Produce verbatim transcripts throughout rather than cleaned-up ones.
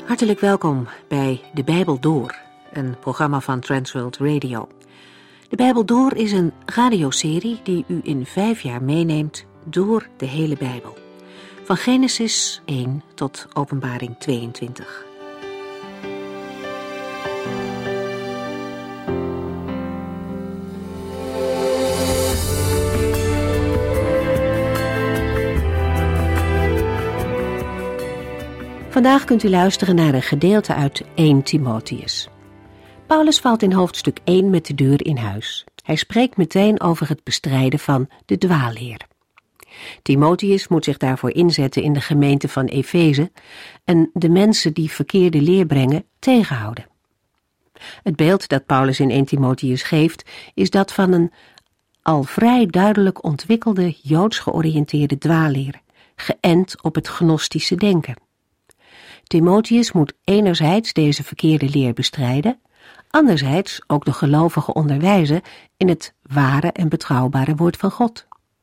Hartelijk welkom bij De Bijbel Door, een programma van Transworld Radio. De Bijbel Door is een radioserie die u in vijf jaar meeneemt door de hele Bijbel. Van Genesis één tot Openbaring tweeëntwintig. Vandaag kunt u luisteren naar een gedeelte uit Eerste Timotheus. Paulus valt in hoofdstuk één met de deur in huis. Hij spreekt meteen over het bestrijden van de dwaalleer. Timotheus moet zich daarvoor inzetten in de gemeente van Efeze en de mensen die verkeerde leer brengen tegenhouden. Het beeld dat Paulus in Eerste Timotheus geeft is dat van een al vrij duidelijk ontwikkelde joods georiënteerde dwaalleer, geënt op het gnostische denken. Timotheus moet enerzijds deze verkeerde leer bestrijden, anderzijds ook de gelovigen onderwijzen in het ware en betrouwbare woord van God.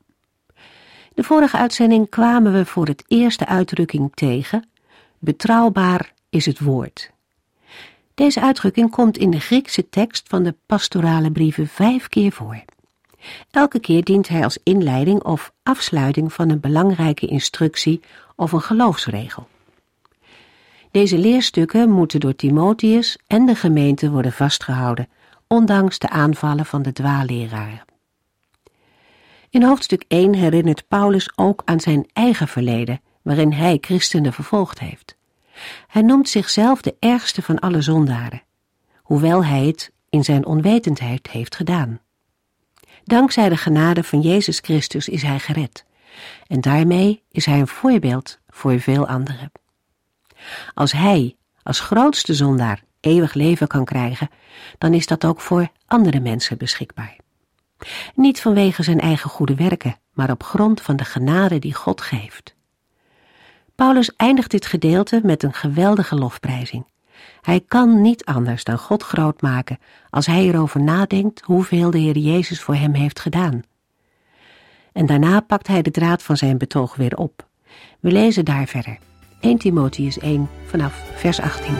De vorige uitzending kwamen we voor het eerst de uitdrukking tegen: betrouwbaar is het woord. Deze uitdrukking komt in de Griekse tekst van de pastorale brieven vijf keer voor. Elke keer dient hij als inleiding of afsluiting van een belangrijke instructie of een geloofsregel. Deze leerstukken moeten door Timotheus en de gemeente worden vastgehouden, ondanks de aanvallen van de dwaalleraren. In hoofdstuk één herinnert Paulus ook aan zijn eigen verleden, waarin hij christenen vervolgd heeft. Hij noemt zichzelf de ergste van alle zondaren, hoewel hij het in zijn onwetendheid heeft gedaan. Dankzij de genade van Jezus Christus is hij gered, en daarmee is hij een voorbeeld voor veel anderen. Als hij, als grootste zondaar, eeuwig leven kan krijgen, dan is dat ook voor andere mensen beschikbaar. Niet vanwege zijn eigen goede werken, maar op grond van de genade die God geeft. Paulus eindigt dit gedeelte met een geweldige lofprijzing. Hij kan niet anders dan God groot maken als hij erover nadenkt hoeveel de Heer Jezus voor hem heeft gedaan. En daarna pakt hij de draad van zijn betoog weer op. We lezen daar verder. Eerste Timotheus één vanaf vers achttien.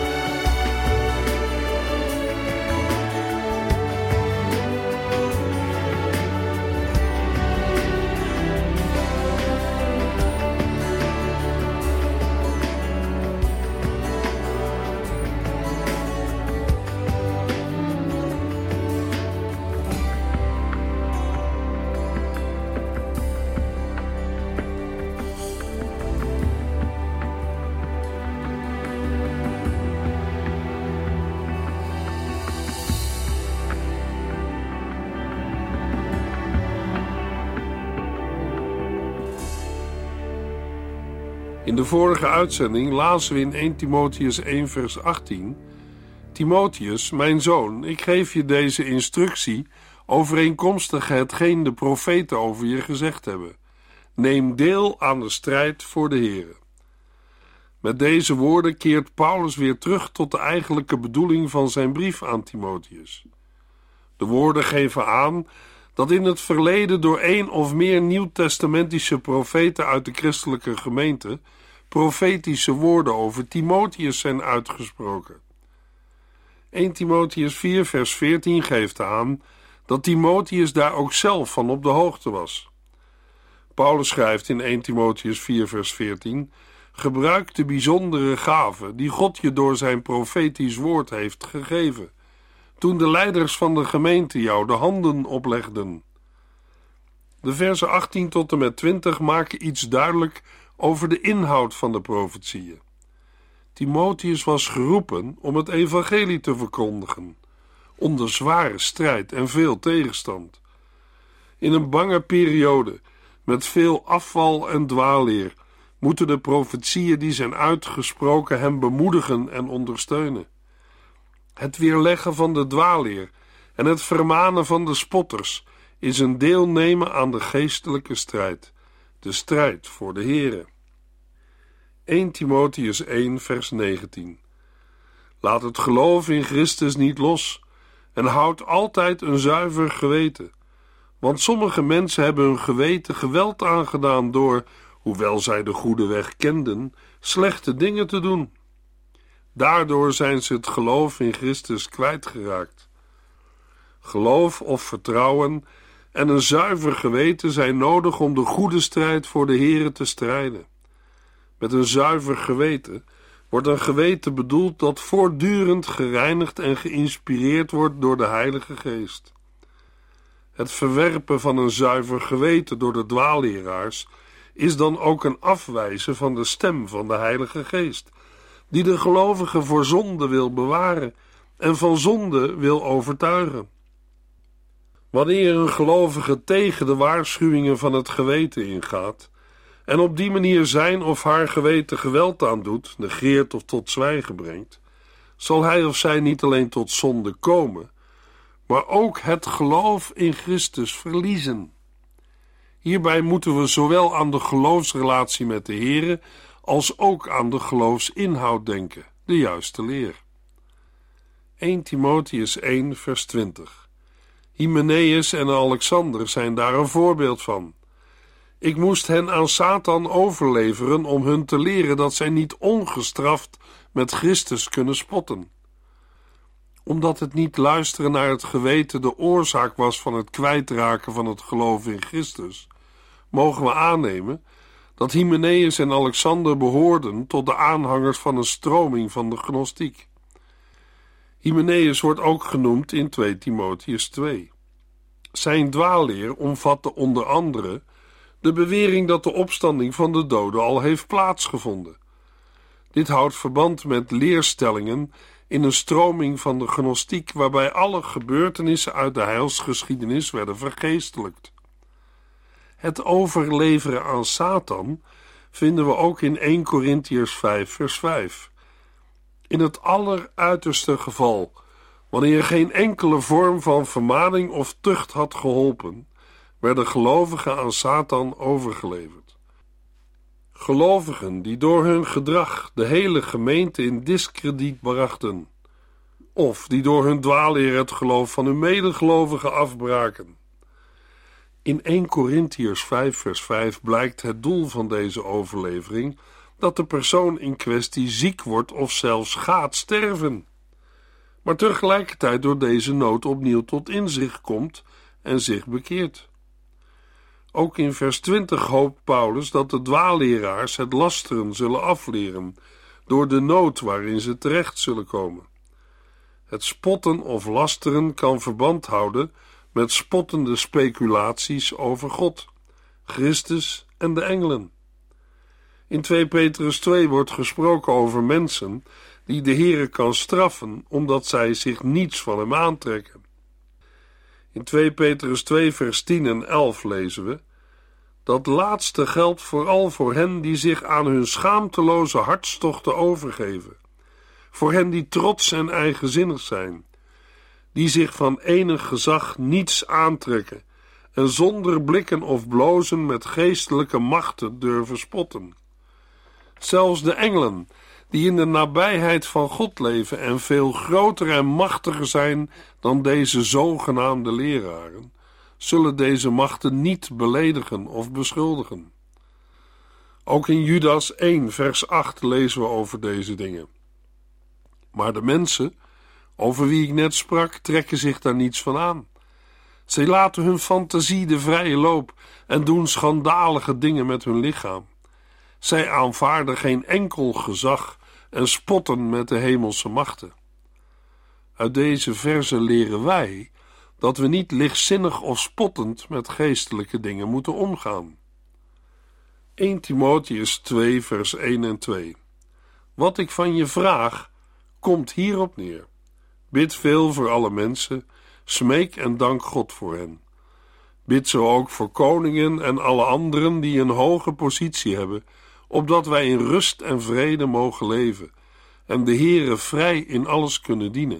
In de vorige uitzending lazen we in Eerste Timotheus één vers achttien: Timotheus, mijn zoon, ik geef je deze instructie overeenkomstig hetgeen de profeten over je gezegd hebben. Neem deel aan de strijd voor de Here. Met deze woorden keert Paulus weer terug tot de eigenlijke bedoeling van zijn brief aan Timotheus. De woorden geven aan dat in het verleden door één of meer nieuwtestamentische profeten uit de christelijke gemeente profetische woorden over Timotheus zijn uitgesproken. Eerste Timotheus vier vers veertien geeft aan dat Timotheus daar ook zelf van op de hoogte was. Paulus schrijft in Eerste Timotheus vier vers veertien: gebruik de bijzondere gave die God je door zijn profetisch woord heeft gegeven, toen de leiders van de gemeente jou de handen oplegden. De versen achttien tot en met twintig maken iets duidelijk over de inhoud van de profetieën. Timotheus was geroepen om het evangelie te verkondigen, onder zware strijd en veel tegenstand. In een bange periode, met veel afval en dwaalleer, moeten de profetieën die zijn uitgesproken hem bemoedigen en ondersteunen. Het weerleggen van de dwaalleer en het vermanen van de spotters is een deelnemen aan de geestelijke strijd, de strijd voor de Here. Eerste Timotheus één vers negentien. Laat het geloof in Christus niet los en houd altijd een zuiver geweten, want sommige mensen hebben hun geweten geweld aangedaan door, hoewel zij de goede weg kenden, slechte dingen te doen. Daardoor zijn ze het geloof in Christus kwijtgeraakt. Geloof of vertrouwen en een zuiver geweten zijn nodig om de goede strijd voor de Here te strijden. Met een zuiver geweten wordt een geweten bedoeld dat voortdurend gereinigd en geïnspireerd wordt door de Heilige Geest. Het verwerpen van een zuiver geweten door de dwaalleraars is dan ook een afwijzen van de stem van de Heilige Geest, die de gelovige voor zonde wil bewaren en van zonde wil overtuigen. Wanneer een gelovige tegen de waarschuwingen van het geweten ingaat en op die manier zijn of haar geweten geweld aandoet, negeert of tot zwijgen brengt, zal hij of zij niet alleen tot zonde komen, maar ook het geloof in Christus verliezen. Hierbij moeten we zowel aan de geloofsrelatie met de Here als ook aan de geloofsinhoud denken, de juiste leer. Eerste Timotheüs één vers twintig. Hymenaeus en Alexander zijn daar een voorbeeld van. Ik moest hen aan Satan overleveren om hun te leren dat zij niet ongestraft met Christus kunnen spotten. Omdat het niet luisteren naar het geweten de oorzaak was van het kwijtraken van het geloof in Christus, mogen we aannemen dat Hymenaeus en Alexander behoorden tot de aanhangers van een stroming van de gnostiek. Hymenaeus wordt ook genoemd in Tweede Timotheüs twee. Zijn dwaalleer omvatte onder andere de bewering dat de opstanding van de doden al heeft plaatsgevonden. Dit houdt verband met leerstellingen in een stroming van de gnostiek waarbij alle gebeurtenissen uit de heilsgeschiedenis werden vergeestelijkt. Het overleveren aan Satan vinden we ook in Eerste Korintiërs vijf vers vijf. In het alleruiterste geval, wanneer geen enkele vorm van vermaning of tucht had geholpen, werden gelovigen aan Satan overgeleverd. Gelovigen die door hun gedrag de hele gemeente in diskrediet brachten, of die door hun dwaalleer het geloof van hun medegelovigen afbraken. In Eerste Korintiërs vijf vers vijf blijkt het doel van deze overlevering dat de persoon in kwestie ziek wordt of zelfs gaat sterven, maar tegelijkertijd door deze nood opnieuw tot inzicht komt en zich bekeert. Ook in vers twintig hoopt Paulus dat de dwaalleraars het lasteren zullen afleren door de nood waarin ze terecht zullen komen. Het spotten of lasteren kan verband houden met spottende speculaties over God, Christus en de engelen. In Tweede Petrus twee wordt gesproken over mensen die de Here kan straffen omdat zij zich niets van hem aantrekken. In Tweede Petrus twee vers tien en elf lezen we: dat laatste geldt vooral voor hen die zich aan hun schaamteloze hartstochten overgeven, voor hen die trots en eigenzinnig zijn, die zich van enig gezag niets aantrekken en zonder blikken of blozen met geestelijke machten durven spotten. Zelfs de engelen, die in de nabijheid van God leven en veel groter en machtiger zijn dan deze zogenaamde leraren, zullen deze machten niet beledigen of beschuldigen. Ook in Judas één vers acht lezen we over deze dingen. Maar de mensen, over wie ik net sprak, trekken zich daar niets van aan. Zij laten hun fantasie de vrije loop en doen schandalige dingen met hun lichaam. Zij aanvaarden geen enkel gezag en spotten met de hemelse machten. Uit deze verzen leren wij dat we niet lichtzinnig of spottend met geestelijke dingen moeten omgaan. Eerste Timotheüs twee vers één en twee. Wat ik van je vraag, komt hierop neer. Bid veel voor alle mensen, smeek en dank God voor hen. Bid zo ook voor koningen en alle anderen die een hoge positie hebben, opdat wij in rust en vrede mogen leven en de Heere vrij in alles kunnen dienen.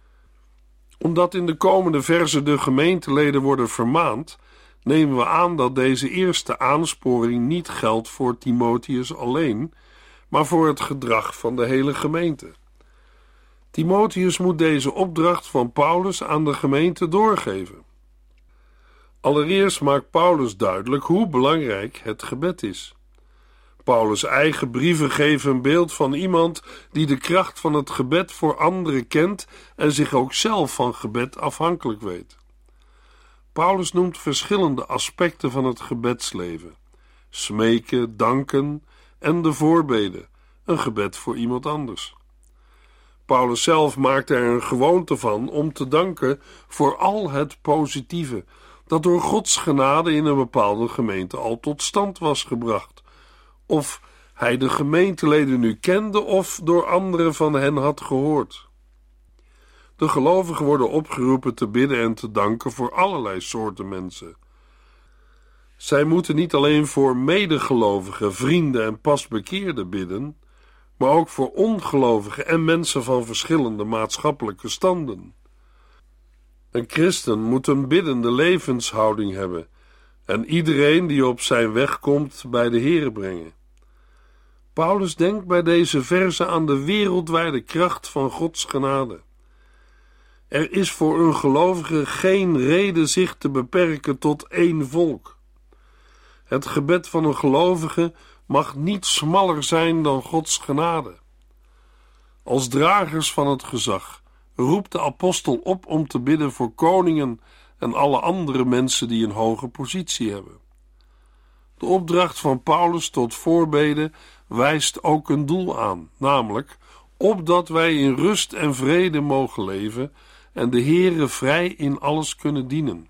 Omdat in de komende verzen de gemeenteleden worden vermaand, nemen we aan dat deze eerste aansporing niet geldt voor Timotheus alleen, maar voor het gedrag van de hele gemeente. Timotheus moet deze opdracht van Paulus aan de gemeente doorgeven. Allereerst maakt Paulus duidelijk hoe belangrijk het gebed is. Paulus' eigen brieven geven een beeld van iemand die de kracht van het gebed voor anderen kent en zich ook zelf van gebed afhankelijk weet. Paulus noemt verschillende aspecten van het gebedsleven: smeken, danken en de voorbeden, een gebed voor iemand anders. Paulus zelf maakte er een gewoonte van om te danken voor al het positieve dat door Gods genade in een bepaalde gemeente al tot stand was gebracht, of hij de gemeenteleden nu kende of door anderen van hen had gehoord. De gelovigen worden opgeroepen te bidden en te danken voor allerlei soorten mensen. Zij moeten niet alleen voor medegelovigen, vrienden en pasbekeerden bidden, maar ook voor ongelovigen en mensen van verschillende maatschappelijke standen. Een christen moet een biddende levenshouding hebben en iedereen die op zijn weg komt bij de Here brengen. Paulus denkt bij deze verzen aan de wereldwijde kracht van Gods genade. Er is voor een gelovige geen reden zich te beperken tot één volk. Het gebed van een gelovige mag niet smaller zijn dan Gods genade. Als dragers van het gezag roept de apostel op om te bidden voor koningen en alle andere mensen die een hoge positie hebben. De opdracht van Paulus tot voorbeden wijst ook een doel aan, namelijk opdat wij in rust en vrede mogen leven en de Heere vrij in alles kunnen dienen.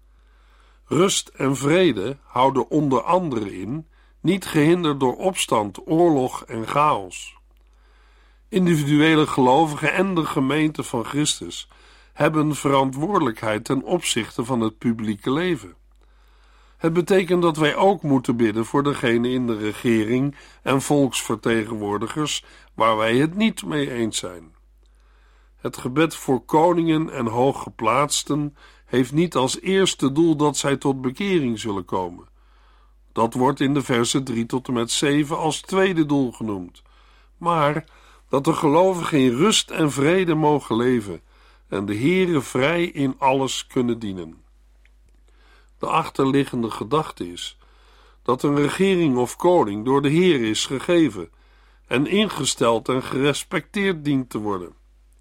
Rust en vrede houden onder andere in, niet gehinderd door opstand, oorlog en chaos. Individuele gelovigen en de gemeente van Christus hebben verantwoordelijkheid ten opzichte van het publieke leven. Het betekent dat wij ook moeten bidden voor degene in de regering en volksvertegenwoordigers waar wij het niet mee eens zijn. Het gebed voor koningen en hooggeplaatsten heeft niet als eerste doel dat zij tot bekering zullen komen. Dat wordt in de versen drie tot en met zeven als tweede doel genoemd. Maar dat de gelovigen in rust en vrede mogen leven en de Heere vrij in alles kunnen dienen. De achterliggende gedachte is dat een regering of koning door de Heer is gegeven en ingesteld en gerespecteerd dient te worden.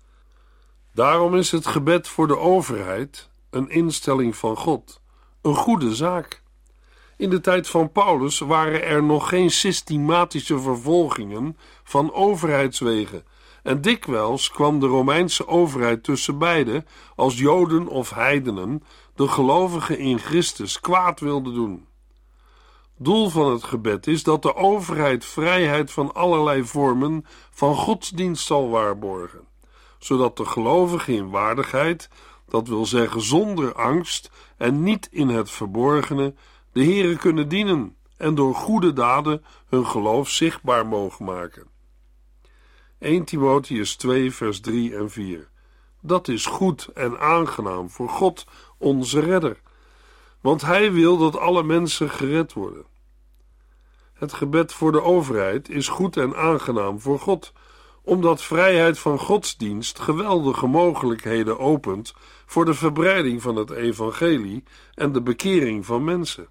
Daarom is het gebed voor de overheid, een instelling van God, een goede zaak. In de tijd van Paulus waren er nog geen systematische vervolgingen van overheidswegen en dikwijls kwam de Romeinse overheid tussen beiden als Joden of heidenen de gelovigen in Christus kwaad wilden doen. Doel van het gebed is dat de overheid vrijheid van allerlei vormen van godsdienst zal waarborgen, zodat de gelovigen in waardigheid, dat wil zeggen zonder angst en niet in het verborgene, de Heere kunnen dienen en door goede daden hun geloof zichtbaar mogen maken. Eerste Timotheüs twee vers drie en vier. Dat is goed en aangenaam voor God, onze redder, want hij wil dat alle mensen gered worden. Het gebed voor de overheid is goed en aangenaam voor God, omdat vrijheid van godsdienst geweldige mogelijkheden opent voor de verbreiding van het evangelie en de bekering van mensen.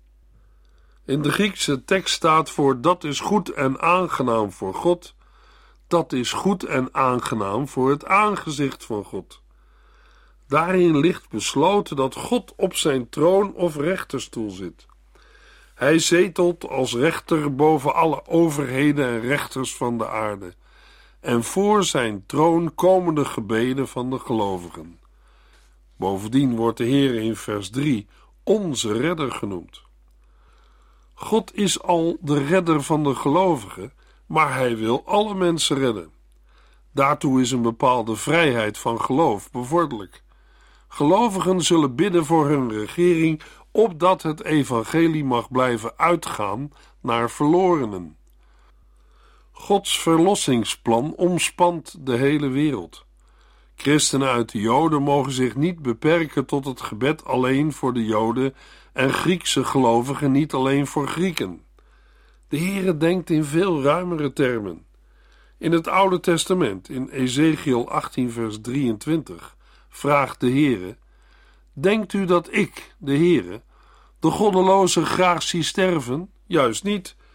In de Griekse tekst staat voor dat is goed en aangenaam voor God, dat is goed en aangenaam voor het aangezicht van God. Daarin ligt besloten dat God op zijn troon of rechterstoel zit. Hij zetelt als rechter boven alle overheden en rechters van de aarde. En voor zijn troon komen de gebeden van de gelovigen. Bovendien wordt de Heer in vers drie onze redder genoemd. God is al de redder van de gelovigen, maar hij wil alle mensen redden. Daartoe is een bepaalde vrijheid van geloof bevorderlijk. Gelovigen zullen bidden voor hun regering, opdat het evangelie mag blijven uitgaan naar verlorenen. Gods verlossingsplan omspant de hele wereld. Christenen uit de Joden mogen zich niet beperken tot het gebed alleen voor de Joden en Griekse gelovigen niet alleen voor Grieken. De Heere denkt in veel ruimere termen. In het Oude Testament, in Ezechiel achttien vers drieëntwintig, vraagt de Heere: denkt u dat ik, de Heere, de goddeloze graag zie sterven? Juist niet.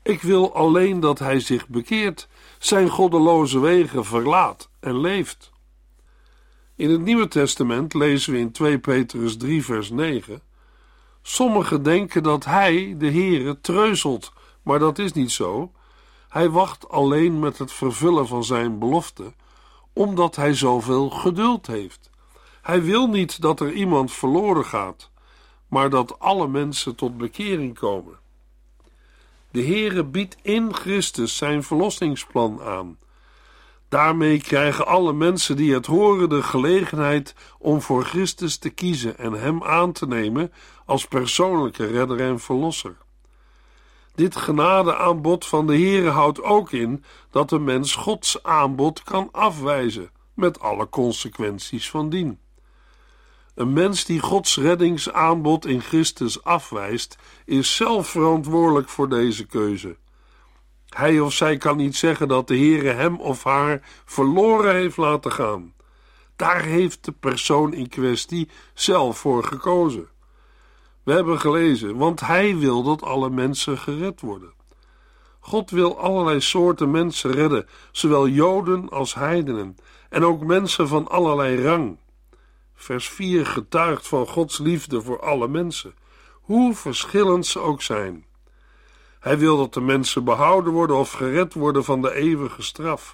Ik wil alleen dat hij zich bekeert, zijn goddeloze wegen verlaat en leeft. In het Nieuwe Testament lezen we in twee Petrus drie vers negen: sommigen denken dat hij, de Heere, treuzelt, maar dat is niet zo. Hij wacht alleen met het vervullen van zijn belofte, omdat hij zoveel geduld heeft. Hij wil niet dat er iemand verloren gaat, maar dat alle mensen tot bekering komen. De Heere biedt in Christus zijn verlossingsplan aan. Daarmee krijgen alle mensen die het horen de gelegenheid om voor Christus te kiezen en hem aan te nemen als persoonlijke redder en verlosser. Dit genadeaanbod van de Heere houdt ook in dat een mens Gods aanbod kan afwijzen, met alle consequenties van dien. Een mens die Gods reddingsaanbod in Christus afwijst, is zelf verantwoordelijk voor deze keuze. Hij of zij kan niet zeggen dat de Heere hem of haar verloren heeft laten gaan. Daar heeft de persoon in kwestie zelf voor gekozen. We hebben gelezen, want hij wil dat alle mensen gered worden. God wil allerlei soorten mensen redden, zowel Joden als heidenen, en ook mensen van allerlei rang. Vers vier getuigt van Gods liefde voor alle mensen, hoe verschillend ze ook zijn. Hij wil dat de mensen behouden worden of gered worden van de eeuwige straf.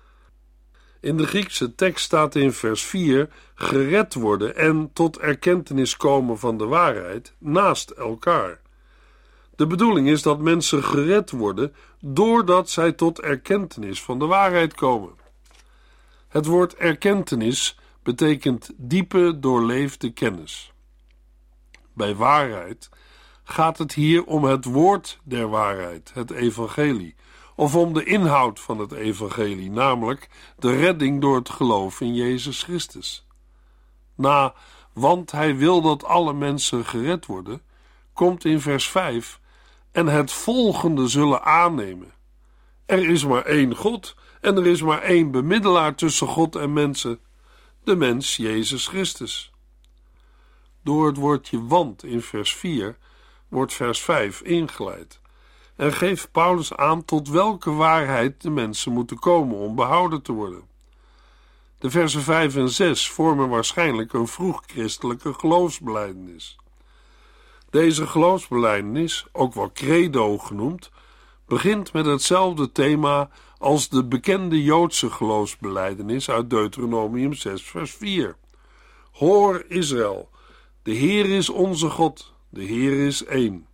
In de Griekse tekst staat in vers vier gered worden en tot erkentenis komen van de waarheid naast elkaar. De bedoeling is dat mensen gered worden doordat zij tot erkentenis van de waarheid komen. Het woord erkentenis betekent diepe doorleefde kennis. Bij waarheid gaat het hier om het woord der waarheid, het evangelie, of om de inhoud van het evangelie, namelijk de redding door het geloof in Jezus Christus. Na, want hij wil dat alle mensen gered worden, komt in vers vijf, en het volgende zullen aannemen. Er is maar één God en er is maar één bemiddelaar tussen God en mensen, de mens Jezus Christus. Door het woordje want in vers vier wordt vers vijf ingeleid en geeft Paulus aan tot welke waarheid de mensen moeten komen om behouden te worden. De versen vijf en zes vormen waarschijnlijk een vroeg-christelijke geloofsbelijdenis. Deze geloofsbelijdenis, ook wel credo genoemd, begint met hetzelfde thema als de bekende Joodse geloofsbelijdenis uit Deuteronomium zes vers vier. Hoor Israël, de Heer is onze God, de Heer is één.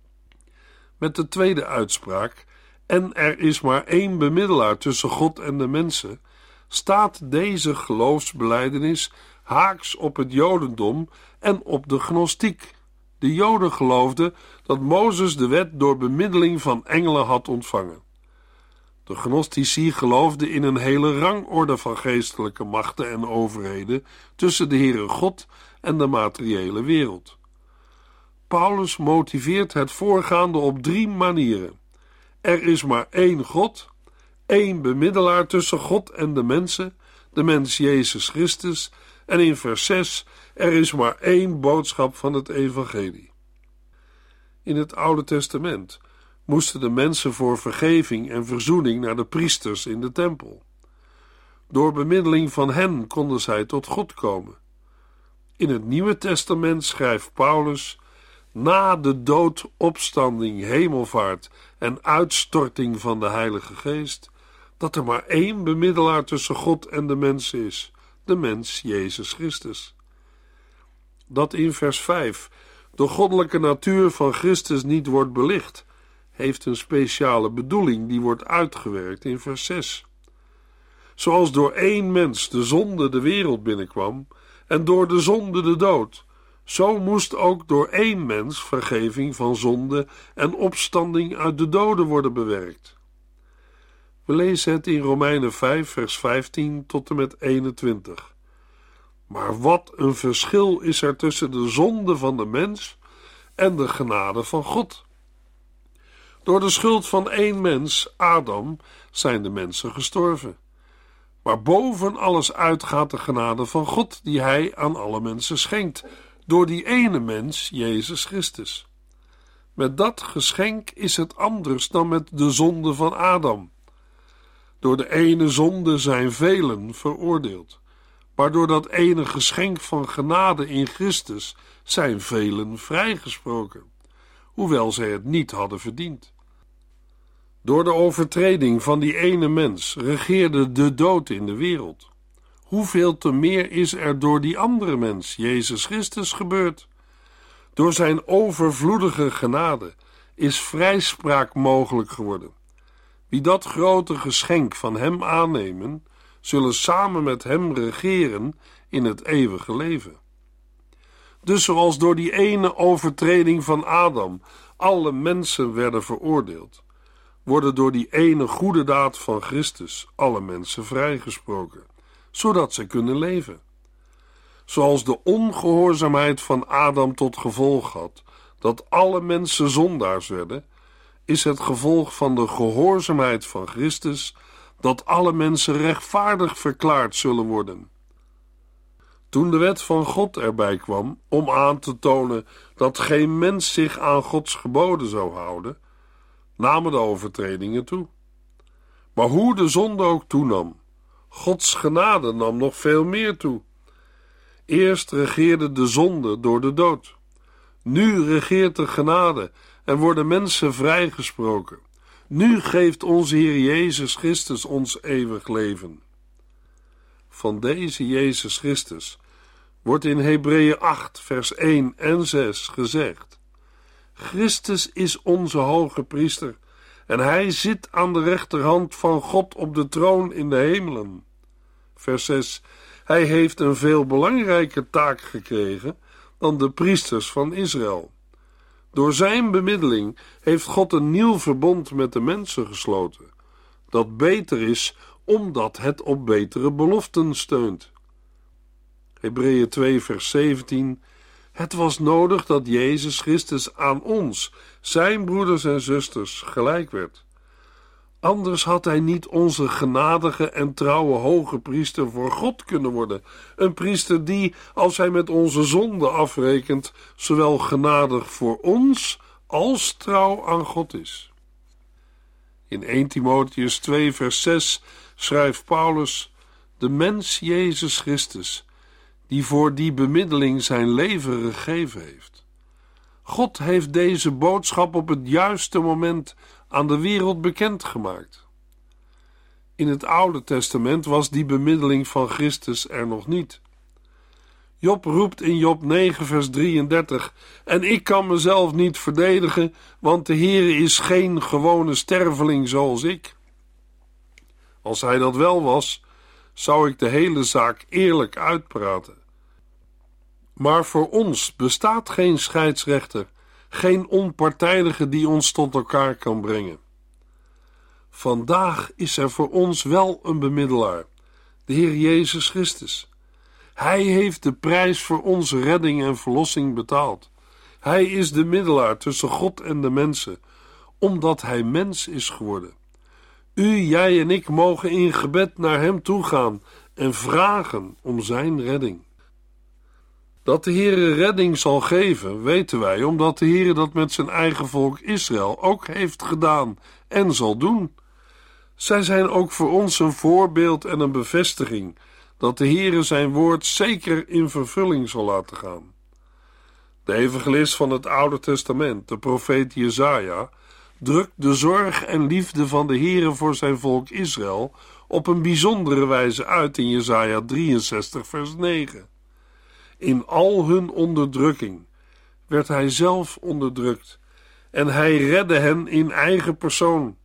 Met de tweede uitspraak, en er is maar één bemiddelaar tussen God en de mensen, staat deze geloofsbelijdenis haaks op het Jodendom en op de gnostiek. De Joden geloofden dat Mozes de wet door bemiddeling van engelen had ontvangen. De gnostici geloofden in een hele rangorde van geestelijke machten en overheden tussen de Heere God en de materiële wereld. Paulus motiveert het voorgaande op drie manieren. Er is maar één God, één bemiddelaar tussen God en de mensen, de mens Jezus Christus, en in vers zes, er is maar één boodschap van het evangelie. In het Oude Testament moesten de mensen voor vergeving en verzoening naar de priesters in de tempel. Door bemiddeling van hen konden zij tot God komen. In het Nieuwe Testament schrijft Paulus: na de dood, opstanding, hemelvaart en uitstorting van de Heilige Geest, dat er maar één bemiddelaar tussen God en de mensen is, de mens Jezus Christus. Dat in vers vijf de goddelijke natuur van Christus niet wordt belicht, heeft een speciale bedoeling die wordt uitgewerkt in vers zes. Zoals door één mens de zonde de wereld binnenkwam en door de zonde de dood, zo moest ook door één mens vergeving van zonde en opstanding uit de doden worden bewerkt. We lezen het in Romeinen vijf vers vijftien tot en met eenentwintig. Maar wat een verschil is er tussen de zonde van de mens en de genade van God. Door de schuld van één mens, Adam, zijn de mensen gestorven. Maar boven alles uitgaat de genade van God die hij aan alle mensen schenkt, door die ene mens, Jezus Christus. Met dat geschenk is het anders dan met de zonde van Adam. Door de ene zonde zijn velen veroordeeld, maar door dat ene geschenk van genade in Christus zijn velen vrijgesproken, hoewel zij het niet hadden verdiend. Door de overtreding van die ene mens regeerde de dood in de wereld. Hoeveel te meer is er door die andere mens, Jezus Christus, gebeurd? Door zijn overvloedige genade is vrijspraak mogelijk geworden. Wie dat grote geschenk van hem aannemen, zullen samen met hem regeren in het eeuwige leven. Dus zoals door die ene overtreding van Adam alle mensen werden veroordeeld, worden door die ene goede daad van Christus alle mensen vrijgesproken, zodat ze kunnen leven. Zoals de ongehoorzaamheid van Adam tot gevolg had dat alle mensen zondaars werden, is het gevolg van de gehoorzaamheid van Christus dat alle mensen rechtvaardig verklaard zullen worden. Toen de wet van God erbij kwam om aan te tonen dat geen mens zich aan Gods geboden zou houden, namen de overtredingen toe. Maar hoe de zonde ook toenam, Gods genade nam nog veel meer toe. Eerst regeerde de zonde door de dood. Nu regeert de genade en worden mensen vrijgesproken. Nu geeft onze Heer Jezus Christus ons eeuwig leven. Van deze Jezus Christus wordt in Hebreeën acht, vers één en zes gezegd: Christus is onze hoge priester en hij zit aan de rechterhand van God op de troon in de hemelen. Vers zes: Hij heeft een veel belangrijke taak gekregen dan de priesters van Israël. Door zijn bemiddeling heeft God een nieuw verbond met de mensen gesloten, dat beter is omdat het op betere beloften steunt. Hebreeën twee, vers zeventien: Het was nodig dat Jezus Christus aan ons, zijn broeders en zusters, gelijk werd. Anders had hij niet onze genadige en trouwe hoge priester voor God kunnen worden. Een priester die, als hij met onze zonde afrekent, zowel genadig voor ons als trouw aan God is. In eerste Timotheüs twee, vers zes schrijft Paulus: De mens Jezus Christus, die voor die bemiddeling zijn leven gegeven heeft. God heeft deze boodschap op het juiste moment aan de wereld bekendgemaakt. In het Oude Testament was die bemiddeling van Christus er nog niet. Job roept in Job negen, vers drieëndertig: En ik kan mezelf niet verdedigen, want de Heere is geen gewone sterveling zoals ik. Als hij dat wel was, zou ik de hele zaak eerlijk uitpraten. Maar voor ons bestaat geen scheidsrechter, geen onpartijdige die ons tot elkaar kan brengen. Vandaag is er voor ons wel een bemiddelaar, de Heer Jezus Christus. Hij heeft de prijs voor onze redding en verlossing betaald. Hij is de middelaar tussen God en de mensen, omdat hij mens is geworden. U, jij en ik mogen in gebed naar hem toe gaan en vragen om zijn redding. Dat de Heere redding zal geven, weten wij, omdat de Heere dat met zijn eigen volk Israël ook heeft gedaan en zal doen. Zij zijn ook voor ons een voorbeeld en een bevestiging dat de Heere zijn woord zeker in vervulling zal laten gaan. De evangelist van het Oude Testament, de profeet Jesaja, drukt de zorg en liefde van de Heere voor zijn volk Israël op een bijzondere wijze uit in Jesaja drieënzestig, vers negen. In al hun onderdrukking werd hij zelf onderdrukt en hij redde hen in eigen persoon.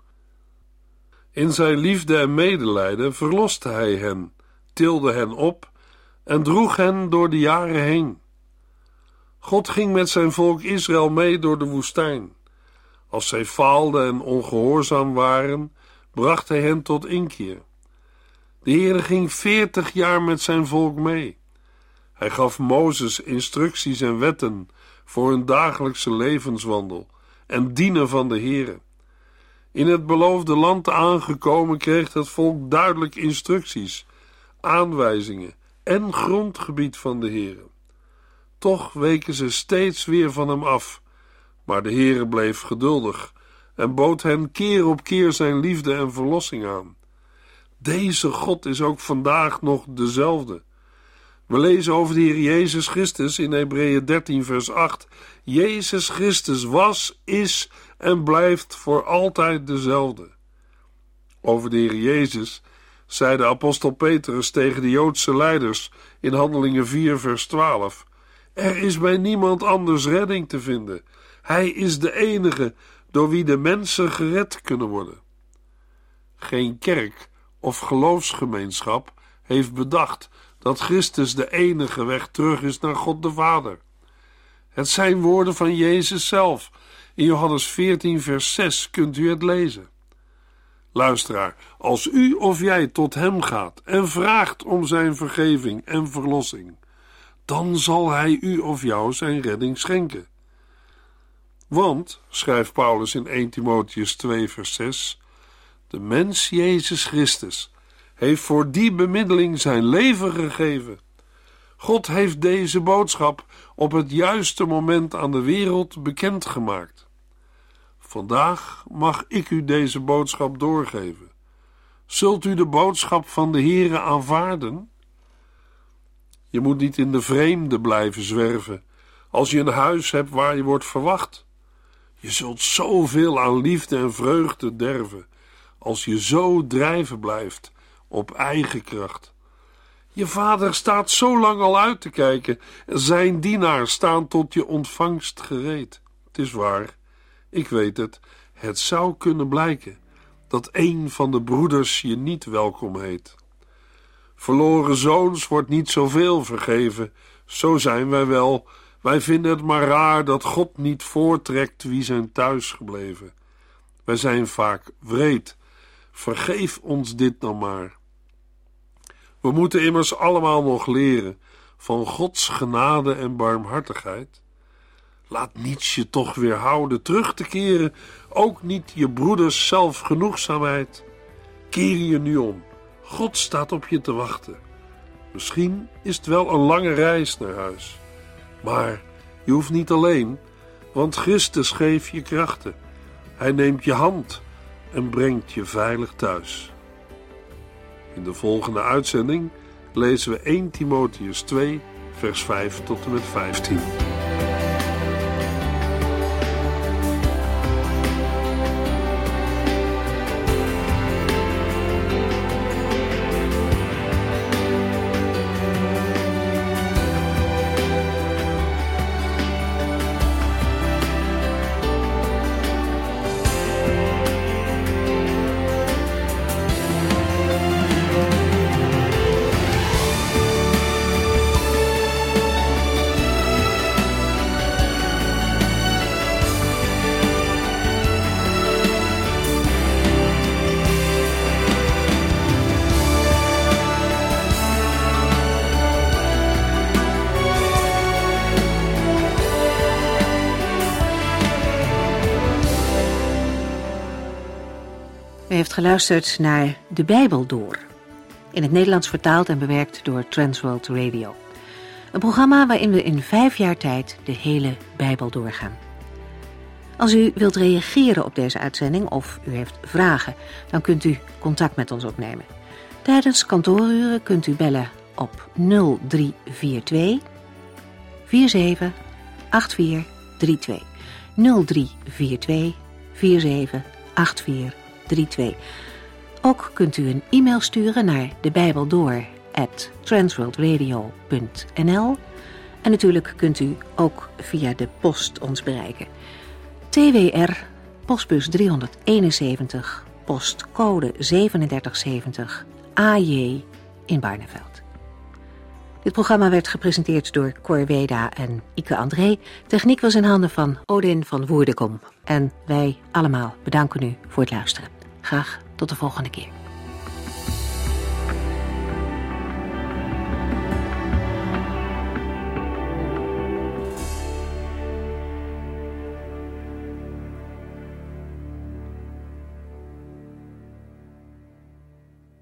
In zijn liefde en medelijden verloste hij hen, tilde hen op en droeg hen door de jaren heen. God ging met zijn volk Israël mee door de woestijn. Als zij faalden en ongehoorzaam waren, bracht hij hen tot inkeer. De Heere ging veertig jaar met zijn volk mee. Hij gaf Mozes instructies en wetten voor hun dagelijkse levenswandel en dienen van de Heere. In het beloofde land aangekomen kreeg het volk duidelijk instructies, aanwijzingen en grondgebied van de Heere. Toch weken ze steeds weer van hem af, Maar de Heere bleef geduldig en bood hen keer op keer zijn liefde en verlossing aan. Deze God is ook vandaag nog dezelfde. We lezen over de Heer Jezus Christus in Hebreeën dertien vers acht. Jezus Christus was, is en blijft voor altijd dezelfde. Over de Heer Jezus zei de apostel Petrus tegen de Joodse leiders in Handelingen vier vers twaalf. Er is bij niemand anders redding te vinden. Hij is de enige door wie de mensen gered kunnen worden. Geen kerk of geloofsgemeenschap heeft bedacht dat Christus de enige weg terug is naar God de Vader. Het zijn woorden van Jezus zelf. In Johannes veertien vers zes kunt u het lezen. Luisteraar, als u of jij tot hem gaat en vraagt om zijn vergeving en verlossing, dan zal hij u of jou zijn redding schenken. Want, schrijft Paulus in eerste Timotheüs twee vers zes, de mens Jezus Christus heeft voor die bemiddeling zijn leven gegeven. God heeft deze boodschap op het juiste moment aan de wereld bekendgemaakt. Vandaag mag ik u deze boodschap doorgeven. Zult u de boodschap van de Heere aanvaarden? Je moet niet in de vreemde blijven zwerven, als je een huis hebt waar je wordt verwacht. Je zult zoveel aan liefde en vreugde derven, als je zo drijven blijft op eigen kracht. Je vader staat zo lang al uit te kijken en zijn dienaars staan tot je ontvangst gereed. Het is waar, ik weet het, het zou kunnen blijken dat een van de broeders je niet welkom heet. Verloren zoons wordt niet zoveel vergeven, zo zijn wij wel. Wij vinden het maar raar dat God niet voortrekt wie zijn thuis gebleven. Wij zijn vaak wreed. Vergeef ons dit nou maar. We moeten immers allemaal nog leren van Gods genade en barmhartigheid. Laat niets je toch weerhouden terug te keren, ook niet je broeders zelfgenoegzaamheid. Keer je nu om. God staat op je te wachten. Misschien is het wel een lange reis naar huis. Maar je hoeft niet alleen, want Christus geeft je krachten. Hij neemt je hand en brengt je veilig thuis. In de volgende uitzending lezen we eerste Timotheüs twee, vers vijf tot en met vijftien. U heeft geluisterd naar De Bijbel Door, in het Nederlands vertaald en bewerkt door Transworld Radio. Een programma waarin we in vijf jaar tijd de hele Bijbel doorgaan. Als u wilt reageren op deze uitzending of u heeft vragen, dan kunt u contact met ons opnemen. Tijdens kantooruren kunt u bellen op nul drie vier twee, vier zeven acht vier drie twee. nul drie vier twee, vier zeven acht vier drie twee. Ook kunt u een e-mail sturen naar debijbeldoor at transworldradio punt n l en natuurlijk kunt u ook via de post ons bereiken. T W R, postbus driehonderdeenenzeventig, postcode zevenendertig zeventig, A J in Barneveld. Dit programma werd gepresenteerd door Cor Weda en Ike André. Techniek was in handen van Odin van Woerdekom. En wij allemaal bedanken u voor het luisteren. Graag tot de volgende keer.